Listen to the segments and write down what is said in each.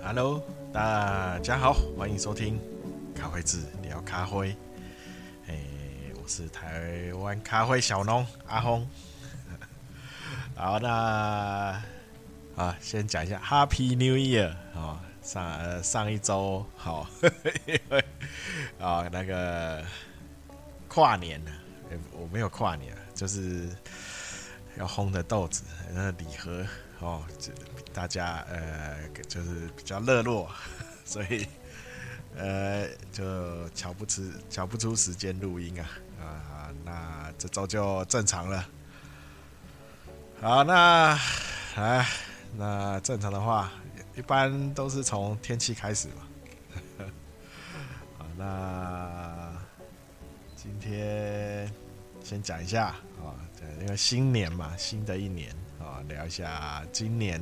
Hello，大家好，欢迎收听咖啡志聊咖啡。我是台湾咖啡小农阿峰。好，那先讲一下 Happy New Year 上一周好，因为那个跨年了，我没有跨年，就是要烘的豆子，那礼盒哦，大家就是比较热络，所以就瞧不出时间录音那这周就正常了。好，那正常的话，一般都是从天气开始嘛。好，那今天先讲一下因为新年嘛，新的一年聊一下今年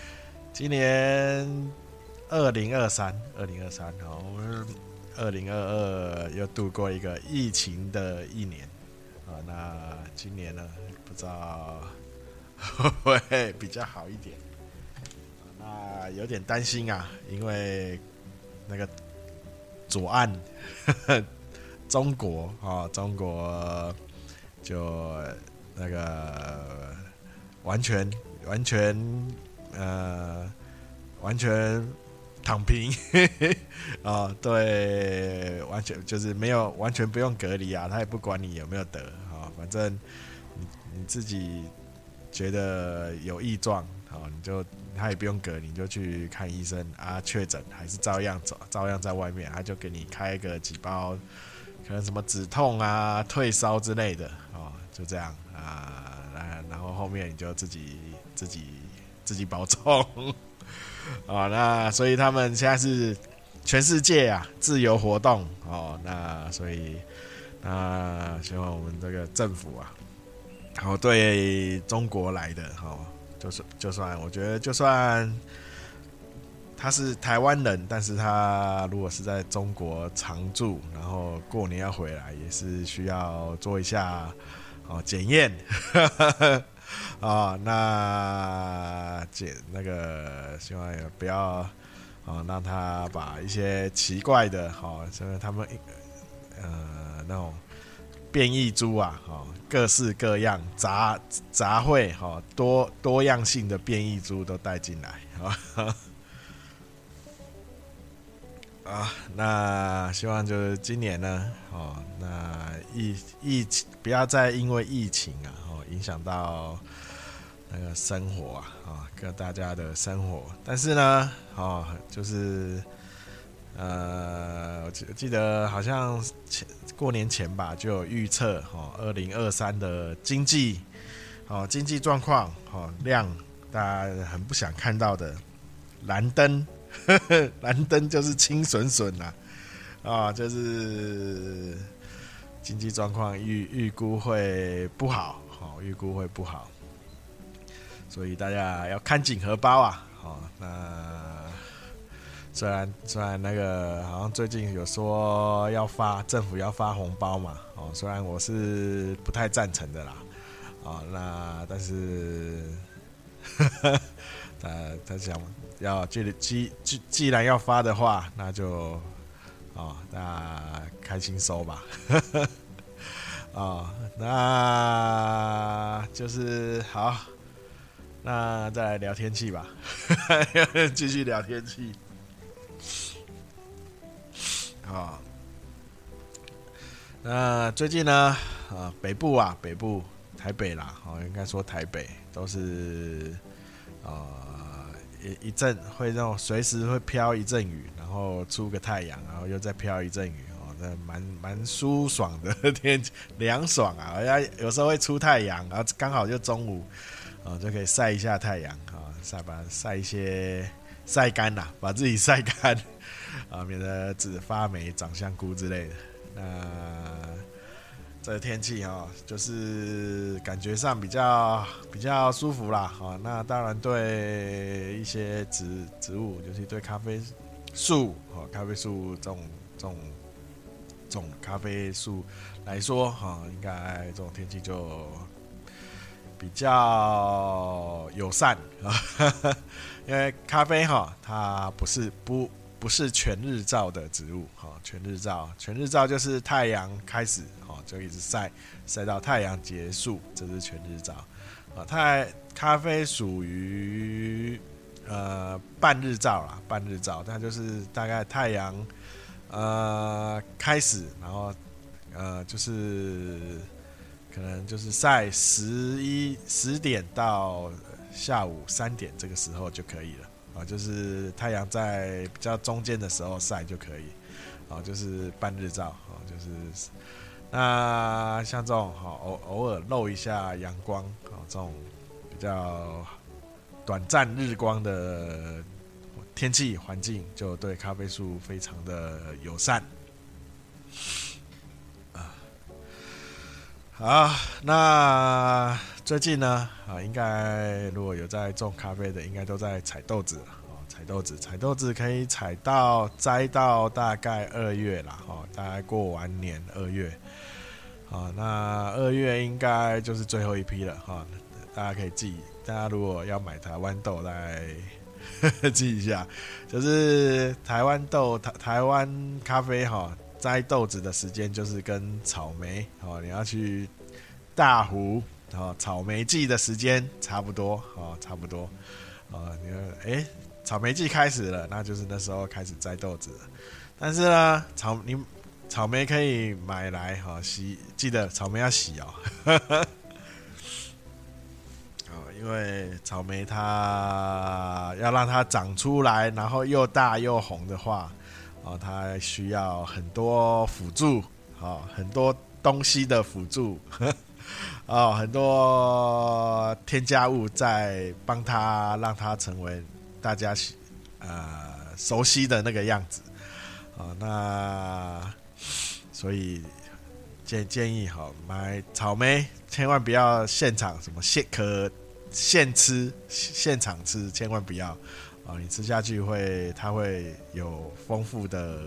2023，我们2022又度过一个疫情的一年那今年呢，不知道会不会比较好一点？那有点担心因为那个左岸中国就那个完全躺平对，完全就是没有完全不用隔离他也不管你有没有得反正你自己觉得有异状他也不用隔离，你就去看医生确诊还是照样在外面，他就给你开个几包，可能什么止痛退烧之类的就这样然后后面你就自己保重那所以他们现在是全世界自由活动那所以希望我们这个政府对中国来的就算我觉得就算他是台湾人，但是他如果是在中国常住，然后过年要回来，也是需要做一下检验那个希望也不要让他把一些奇怪的因他们那种变异株各式各样杂烩多样性的变异株都带进来那希望就是今年呢那疫情不要再因为疫情影响到那个生活跟大家的生活，但是呢就是我记得好像过年前吧，就有预测2023的经济状况亮大家很不想看到的蓝灯蓝灯就是清损就是经济状况预估会不好所以大家要看紧荷包那虽然那个好像最近有说政府要发红包嘛虽然我是不太赞成的啦那但是他想要既然要发的话，那就大家开心收吧那就是好，那再来聊天气吧继续聊天气那最近呢北部台北啦应该说台北都是一阵会那种随时会飘一阵雨，然后出个太阳，然后又再飘一阵雨那蛮舒爽的天气，凉爽有时候会出太阳，然后刚好就中午就可以晒一下太阳晒干啦，把自己晒干免得只发霉长香菇之类的。那这个天气就是感觉上比较舒服啦那当然对一些植物，尤其对咖啡树这种咖啡树来说应该这种天气就比较友善因为咖啡它不是全日照的植物全日照就是太阳开始就一直晒到太阳结束，这是全日照咖啡属于半日照啦，它就是大概太阳开始，然后就是可能就是晒10点到下午3点这个时候就可以了就是太阳在比较中间的时候晒就可以就是半日照就是那像这种偶尔露一下阳光这种比较短暂日光的天气环境，就对咖啡树非常的友善好，那最近呢应该如果有在种咖啡的，应该都在采豆子采豆子可以摘到大概2月啦大概过完年2月那2月应该就是最后一批了大家可以记，大家如果要买台湾豆来记一下，就是台湾咖啡摘豆子的时间就是跟草莓你要去大湖草莓季的时间差不多你说草莓季开始了，那就是那时候开始摘豆子了。但是呢草莓可以买来洗，记得草莓要洗因为草莓它要让它长出来，然后又大又红的话它需要很多辅助很多东西的辅助很多添加物在帮它，让它成为大家熟悉的那个样子那所以建议买草莓千万不要现场什么现吃现场吃，千万不要你吃下去它会有丰富的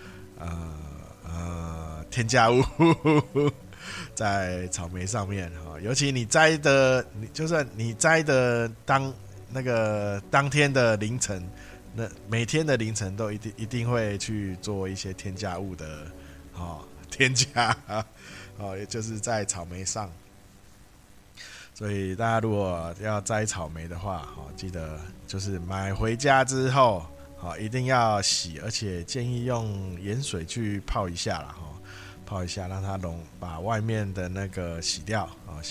添加物在草莓上面尤其就算你摘的当天的凌晨，那每天的凌晨都一定会去做一些添加物的添加也就是在草莓上。所以大家如果要摘草莓的话记得就是买回家之后一定要洗，而且建议用盐水去泡一下啦泡一下让它把外面的那个洗掉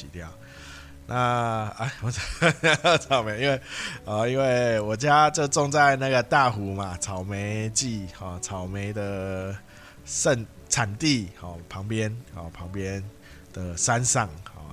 那我草莓因为我家就种在那个大湖嘛，草莓季草莓的产地旁边的山上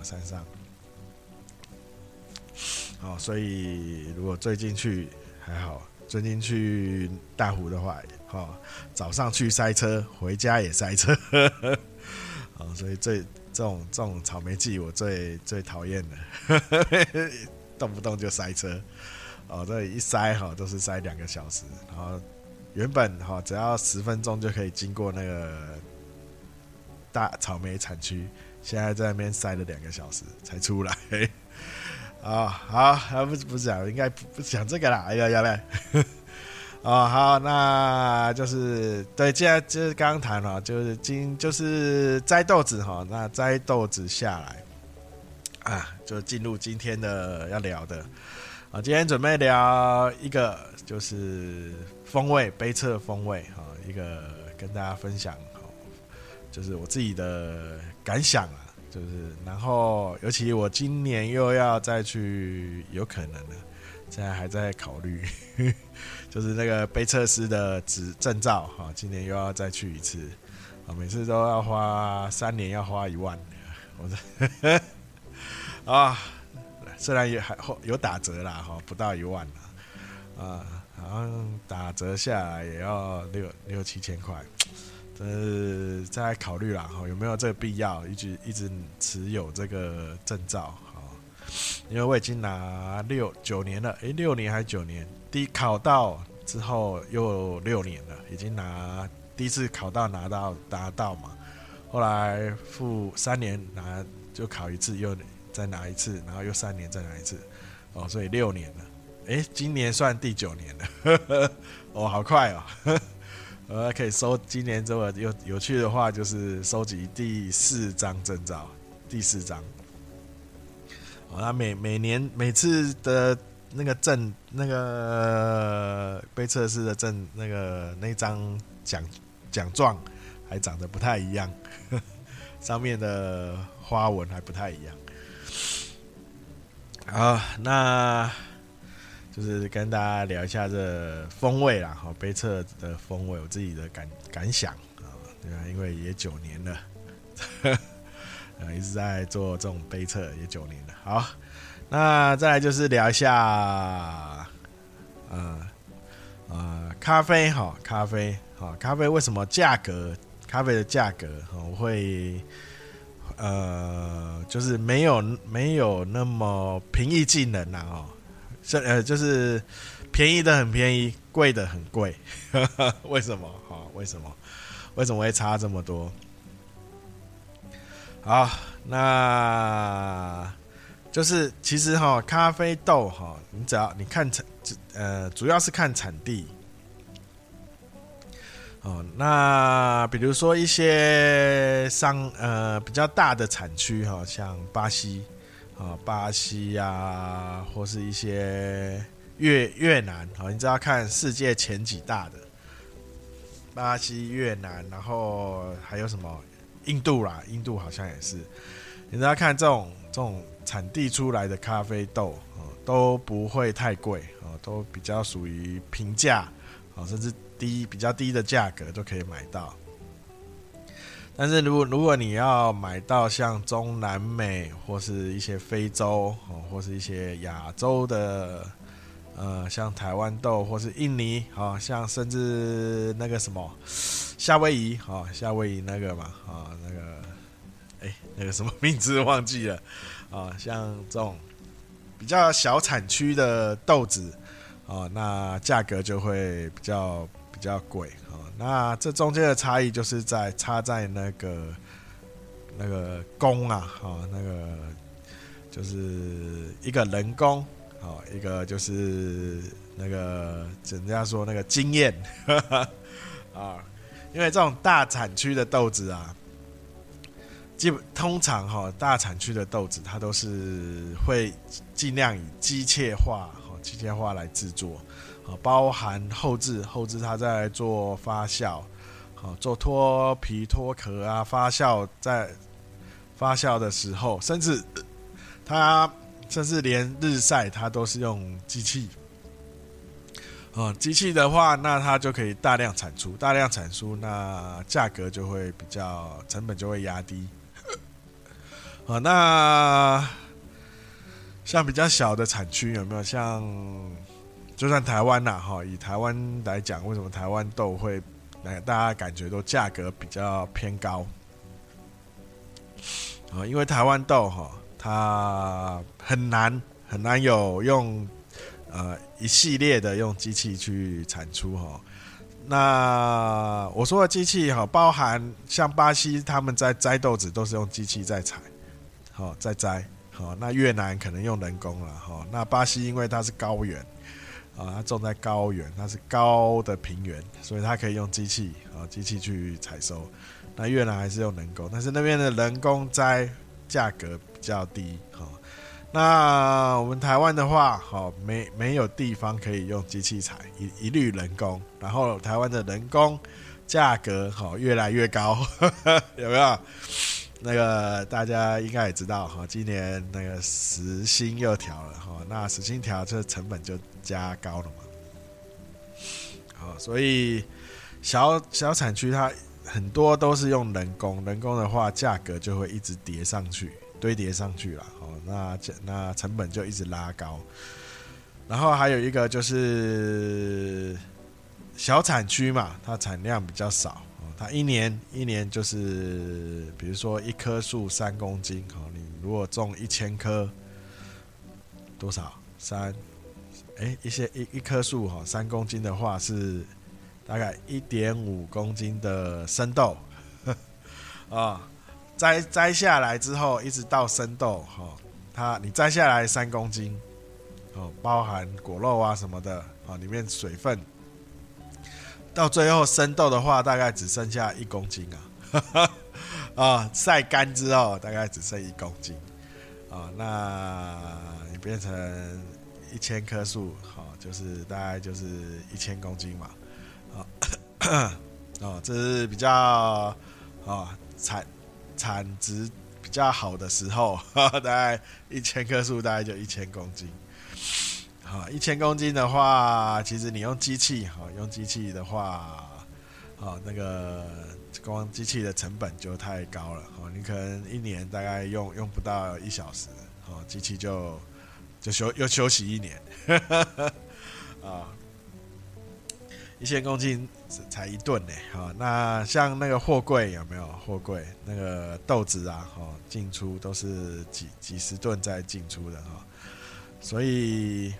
所以如果最近去还好，最近去大湖的话早上去塞车，回家也塞车所以这种草莓季我最讨厌的动不动就塞车这一塞都是塞2个小时，然后原本只要10分钟就可以经过那个大草莓产区，现在在那边塞了2个小时才出来好，不讲，应该不讲这个啦，要嘞好，那就是对，现在就是刚刚谈了，就是摘豆子那摘豆子下来就进入今天的要聊的今天准备聊一个就是杯测风味一个跟大家分享就是我自己的感想就是然后尤其我今年又要再去，有可能了，现在还在考虑就是那个杯测师的证照今年又要再去一次每次都要花3年要花1万虽然也还有打折啦不到1万啦好像打折下来也要6、7千块，再考虑啦有没有这个必要一直持有这个证照因为我已经拿9年了6年还是9年，考到之后又6年了，已经第一次考到拿到嘛，后来付3年就考一次，又再拿一次，然后又3年再拿一次所以6年了今年算第9年了，哦，好快哦，可以收今年这么有趣的话，就是收集第4张证照，第4张。那每次的那个证，那个杯测试的证，那张奖状还长得不太一样，上面的花纹还不太一样。好，那就是跟大家聊一下这风味啦，杯测的风味，我自己的感想啊，对吧？因为也9年了。一直在做这种杯测也9年了。好，那再来就是聊一下，咖啡咖啡为什么咖啡的价格会就是没有那么平易近人啦就是便宜的很便宜，贵的很贵，为什么？为什么会差这么多？好，那就是其实咖啡豆你只要你看主要是看产地。那比如说一些比较大的产区像巴西啊，或是一些越南你只要看世界前几大的巴西、越南，然后还有什么？印度好像也是，你只要看这种产地出来的咖啡豆都不会太贵都比较属于平价甚至比较低的价格都可以买到。但是如果你要买到像中南美或是一些非洲或是一些亚洲的像台湾豆或是印尼像甚至那个什么夏威夷那个嘛那个什么名字忘记了像这种比较小产区的豆子那价格就会比较贵那这中间的差异就是差在那个工那个就是一个人工一个就是那个人家说那个经验因为这种大产区的豆子通常大产区的豆子它都是会尽量以机械化来制作包含后置它在做发酵做脱皮脱壳发酵，在发酵的时候甚至连日晒它都是用机器机器的话那它就可以大量产出，那价格就会成本就会压低那像比较小的产区有没有像就算台湾以台湾来讲，为什么台湾豆会大家感觉都价格比较偏高因为台湾豆它很难有用一系列的用机器去产出那我说的机器包含像巴西他们在摘豆子都是用机器在采在摘那越南可能用人工了那巴西因为它是高原它种在高原，它是高的平原，所以它可以用机器去采收。那越南还是用人工，但是那边的人工摘价格比较低那我们台湾的话没有地方可以用机器采，一律人工，然后台湾的人工价格越来越高有没有？那个大家应该也知道今年那个时薪又调了那时薪调这成本就加高了嘛所以小产区它很多都是用人工的话价格就会一直堆叠上去了那成本就一直拉高。然后还有一个就是小产区嘛，它产量比较少它一年就是比如说一棵树3公斤你如果种1000棵多少一棵树3公斤的话是大概1.5公斤的生豆摘下来之后一直到生豆你摘下来3公斤包含果肉啊什么的里面水分，到最后生豆的话，大概只剩下1公斤晒干之后大概只剩1公斤那你变成1000棵树就是大概就是1000公斤嘛这是比较产值比较好的时候大概1000棵树大概就1000公斤1000公斤的话，其实你用机器的话那个光机器的成本就太高了你可能1年大概用不到1小时机器就休息1年1000公斤才1吨呢那像那个货柜有没有货柜那个豆子啊进出都是几十吨在进出的所以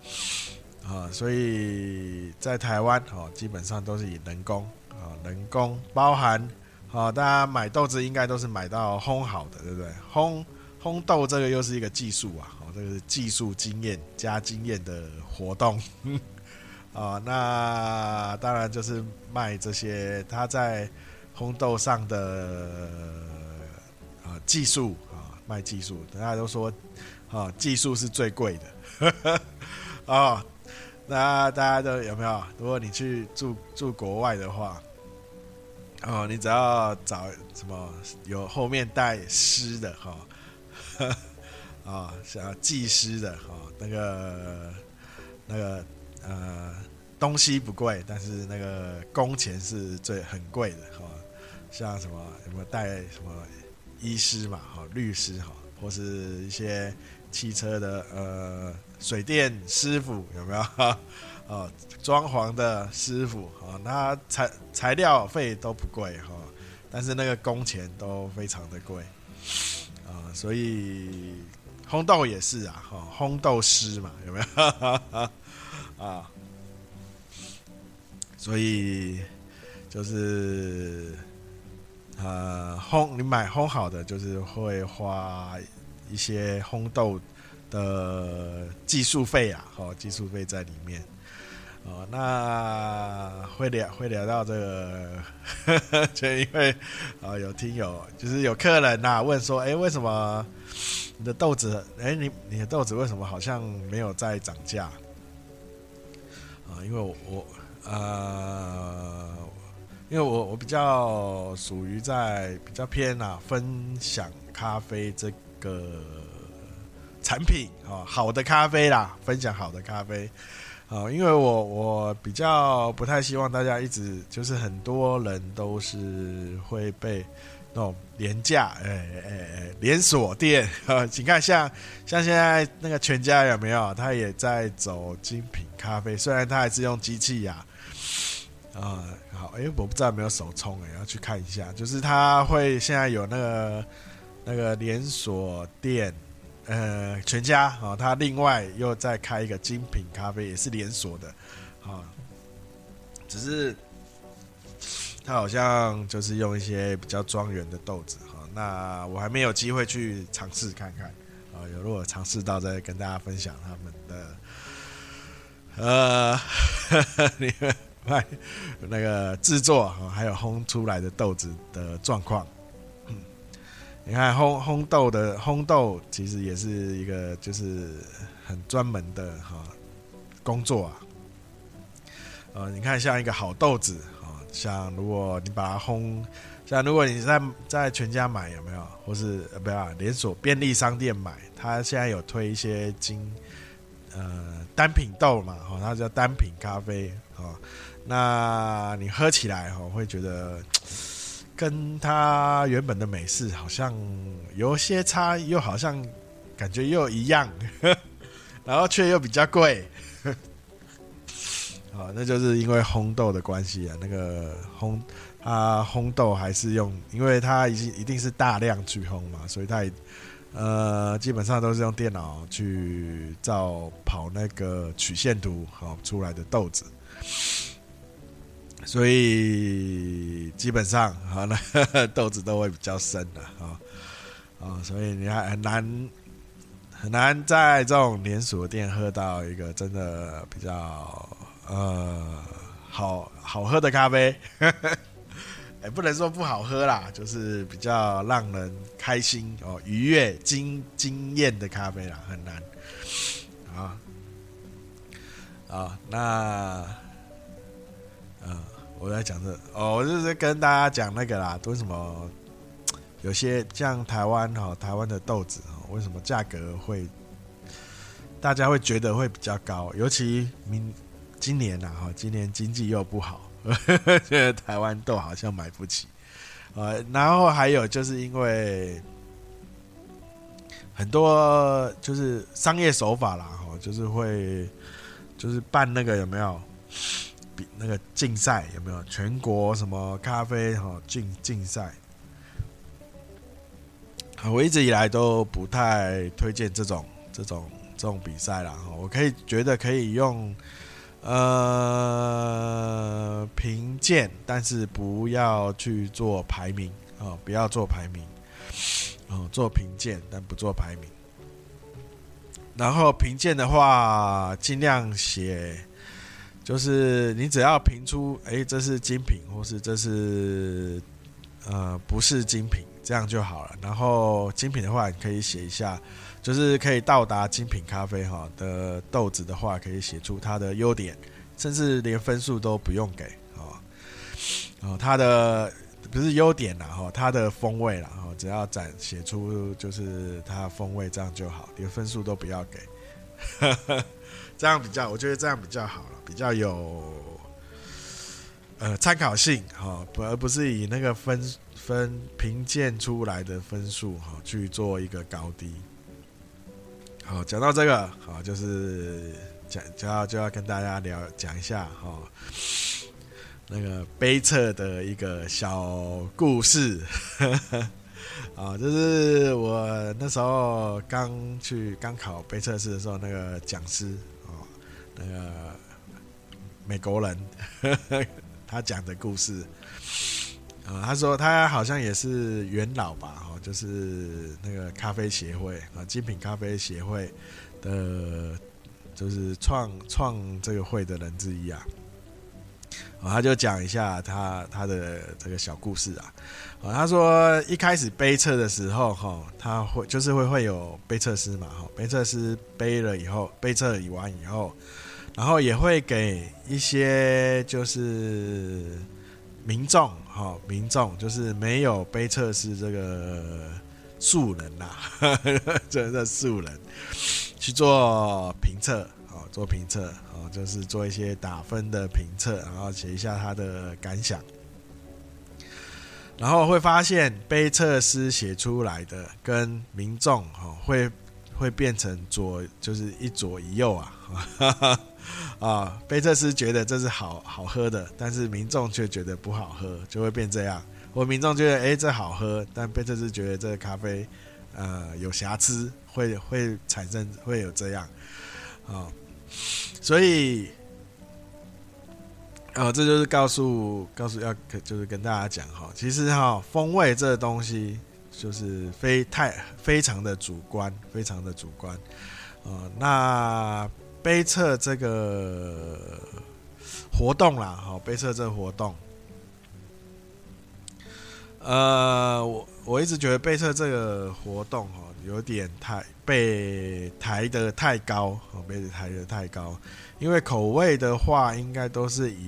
在台湾基本上都是以人工包含大家买豆子应该都是买到烘好的，对不对？烘豆这个又是一个技术这个是技术经验加经验的活动那当然就是卖这些他在烘豆上的技术卖技术，大家都说技术是最贵的那大家都有没有？如果你去住国外的话你只要找什么有后面带师的像技师的那个东西不贵，但是那个工钱是很贵的像什么有没有带什么医师嘛律师或是一些汽车的水电师傅有没有装潢的师傅那材料费都不贵但是那个工钱都非常的贵所以烘豆也是烘豆师嘛有没有所以就是你买烘好的就是会花一些烘豆的技术费技术费在里面那会聊到这个就因为有听友就是有客人问说为什么你的豆子你的豆子为什么好像没有在涨价因为我比较属于在比较偏分享咖啡这个产品好的咖啡啦，分享好的咖啡因为我比较不太希望大家一直就是很多人都是会被那种廉价连锁店请看像现在那个全家有没有？他也在走精品咖啡，虽然他还是用机器好我不知道有没有手冲要去看一下，就是他会现在有那个连锁店全家他另外又再开一个精品咖啡，也是连锁的只是他好像就是用一些比较庄园的豆子那我还没有机会去尝试看看如果尝试到再跟大家分享他们的卖那个制作还有烘出来的豆子的状况你看烘豆其实也是一个就是很专门的工作你看像一个好豆子像如果你把它烘，像如果你在全家买有没有，或是不要连锁便利商店买，它现在有推一些单品豆嘛它叫单品咖啡那你喝起来会觉得跟它原本的美式好像有些差，又好像感觉又一样然后却又比较贵那就是因为烘豆的关系那个烘豆还是用，因为它一定是大量去烘嘛，所以它基本上都是用电脑去跑那个曲线图出来的豆子，所以基本上那豆子都会比较深的所以你还很难很难在这种连锁店喝到一个真的比较好喝的咖啡。不能说不好喝啦，就是比较让人开心愉悦、惊艳的咖啡啦，很难。那我在讲我就是跟大家讲那个啦，为什么有些像台湾的豆子为什么价格会大家会觉得会比较高，尤其今年今年经济又不好。觉得台湾豆好像买不起，然后还有就是因为很多就是商业手法啦，就是会就是办那个有没有比那个竞赛有没有全国什么咖啡竞赛，我一直以来都不太推荐这种比赛啦，我觉得可以用。评鉴，但是不要去做排名不要做排名做评鉴，但不做排名。然后评鉴的话，尽量写，就是你只要评出，这是精品，或是这是不是精品，这样就好了。然后精品的话，你可以写一下。就是可以到达精品咖啡的豆子的话，可以写出它的优点，甚至连分数都不用给它的不是优点啦它的风味啦只要写出就是它的风味，这样就好，连分数都不要给。这样我觉得这样比较好了，比较有参考性而不是以那个评鉴出来的分数去做一个高低。好，讲到这个，就是就要跟大家讲一下那个杯测的一个小故事。就是我那时候刚考杯测试的时候，那个讲师那个美国人他讲的故事。他说他好像也是元老吧，就是那个咖啡协会精品咖啡协会的，就是创这个会的人之一啊。他就讲一下他的这个小故事啊。他说一开始杯测的时候他会有杯测师嘛，杯测师杯测完以后，然后也会给一些就是民众就是没有杯测师这个素人啦，真的素人去做评测就是做一些打分的评测，然后写一下他的感想，然后会发现杯测师写出来的跟民众会变成就是一左一右杯测师觉得这是好喝的，但是民众却觉得不好喝，就会变这样。或民众觉得这好喝，但杯测师觉得这个咖啡有瑕疵，会产生会有这样所以这就是告诉就是跟大家讲其实风味这个东西就是非常的主观，非常的主观那杯测这个活动啦杯测这个活动我一直觉得杯测这个活动有点被抬得太高因为口味的话应该都是以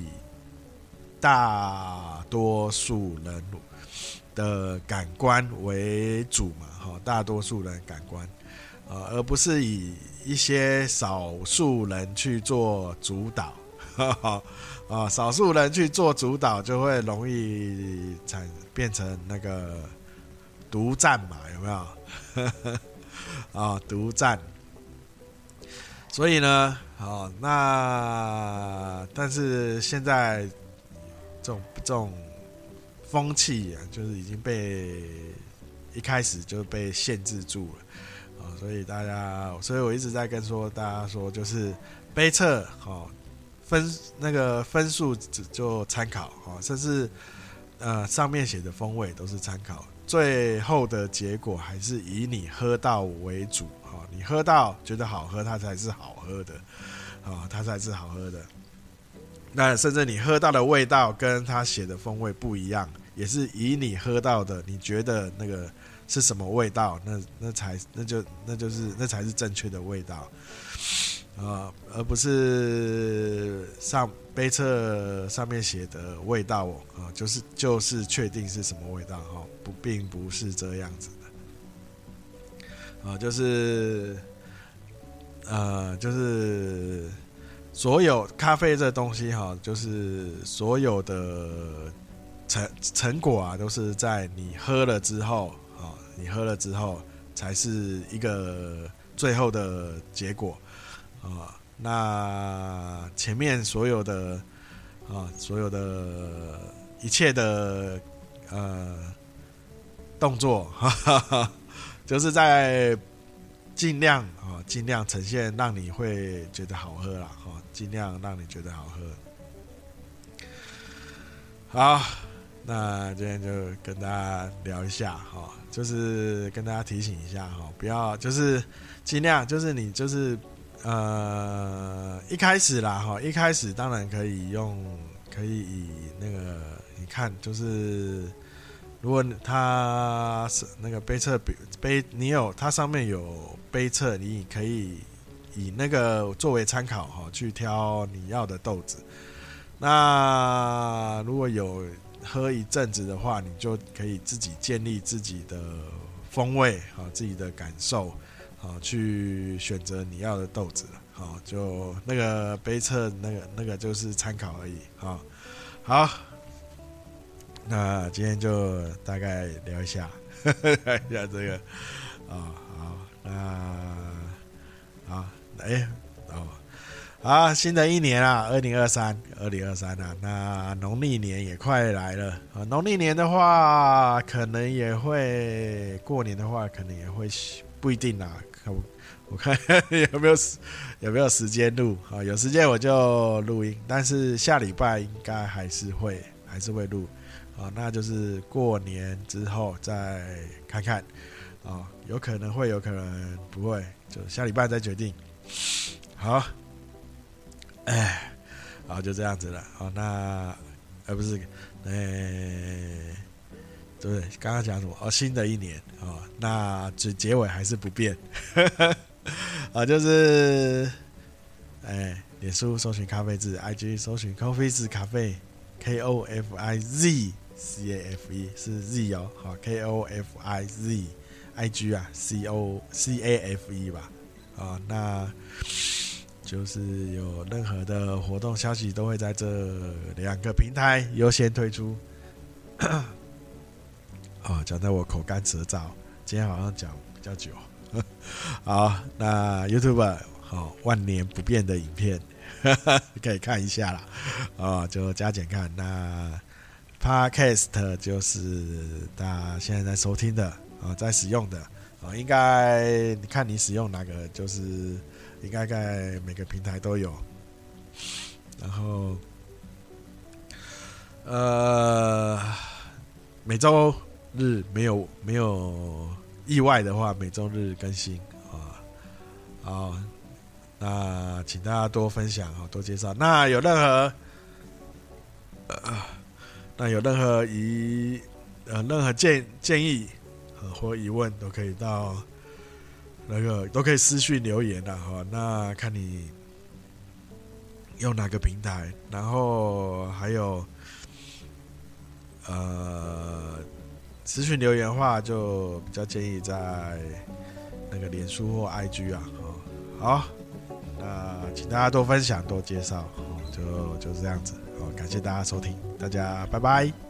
大多数人的感官为主嘛大多数人感官而不是以一些少数人去做主导少数人去做主导就会容易变成那个独占嘛，有没有独占。所以呢但是现在这种风气就是已经被一开始就被限制住了所以我一直在跟大家说，就是杯测那个分数就参考甚至上面写的风味都是参考，最后的结果还是以你喝到为主你喝到觉得好喝，它才是好喝的，它才是好喝的。那甚至你喝到的味道跟它写的风味不一样，也是以你喝到的，你觉得那个是什么味道，那才是正确的味道，而不是杯测上面写的味道就是确定是什么味道并不是这样子的就是所有咖啡这东西就是所有的成果都是在你喝了之后才是一个最后的结果那前面所有的一切的动作就是在尽量呈现让你会觉得好喝啦尽量让你觉得好喝。好，那今天就跟大家聊一下就是跟大家提醒一下不要就是尽量就是你就是一开始当然可以以那个你看就是如果它是那个杯测它上面有杯测，你可以以那个作为参考去挑你要的豆子。那如果有喝一阵子的话，你就可以自己建立自己的风味自己的感受去选择你要的豆子了就那个杯测那个就是参考而已好，那今天就大概聊一下这个好，新的一年2023那农历年也快来了农历年的话可能也会过年的话可能也会不一定我看有没有时间录有时间我就录音，但是下礼拜应该还是会录那就是过年之后再看看有可能会有可能不会，就下礼拜再决定。好就这样子了那不是对，刚刚讲什么新的一年那结尾还是不变就是脸书搜寻咖啡字 IG 搜寻 Coffee 字咖啡 KOFIZ CAFE 是 Z KOFIZ IG CAFE 吧那就是有任何的活动消息都会在这2个平台优先推出讲得我口干舌燥，今天好像讲比较久好，那 YouTube 万年不变的影片可以看一下啦就加减看。那 Podcast 就是大家现在在收听的在使用的应该看你使用哪个，就是应该在每个平台都有。然后每周日没有意外的话，每周日更新那请大家多分享多介绍。那有任何建议或疑问都可以到都可以私讯留言那看你用哪个平台，然后还有私讯留言的话，就比较建议在那个脸书或 IG 好，那请大家多分享多介绍就这样子感谢大家收听，大家拜拜。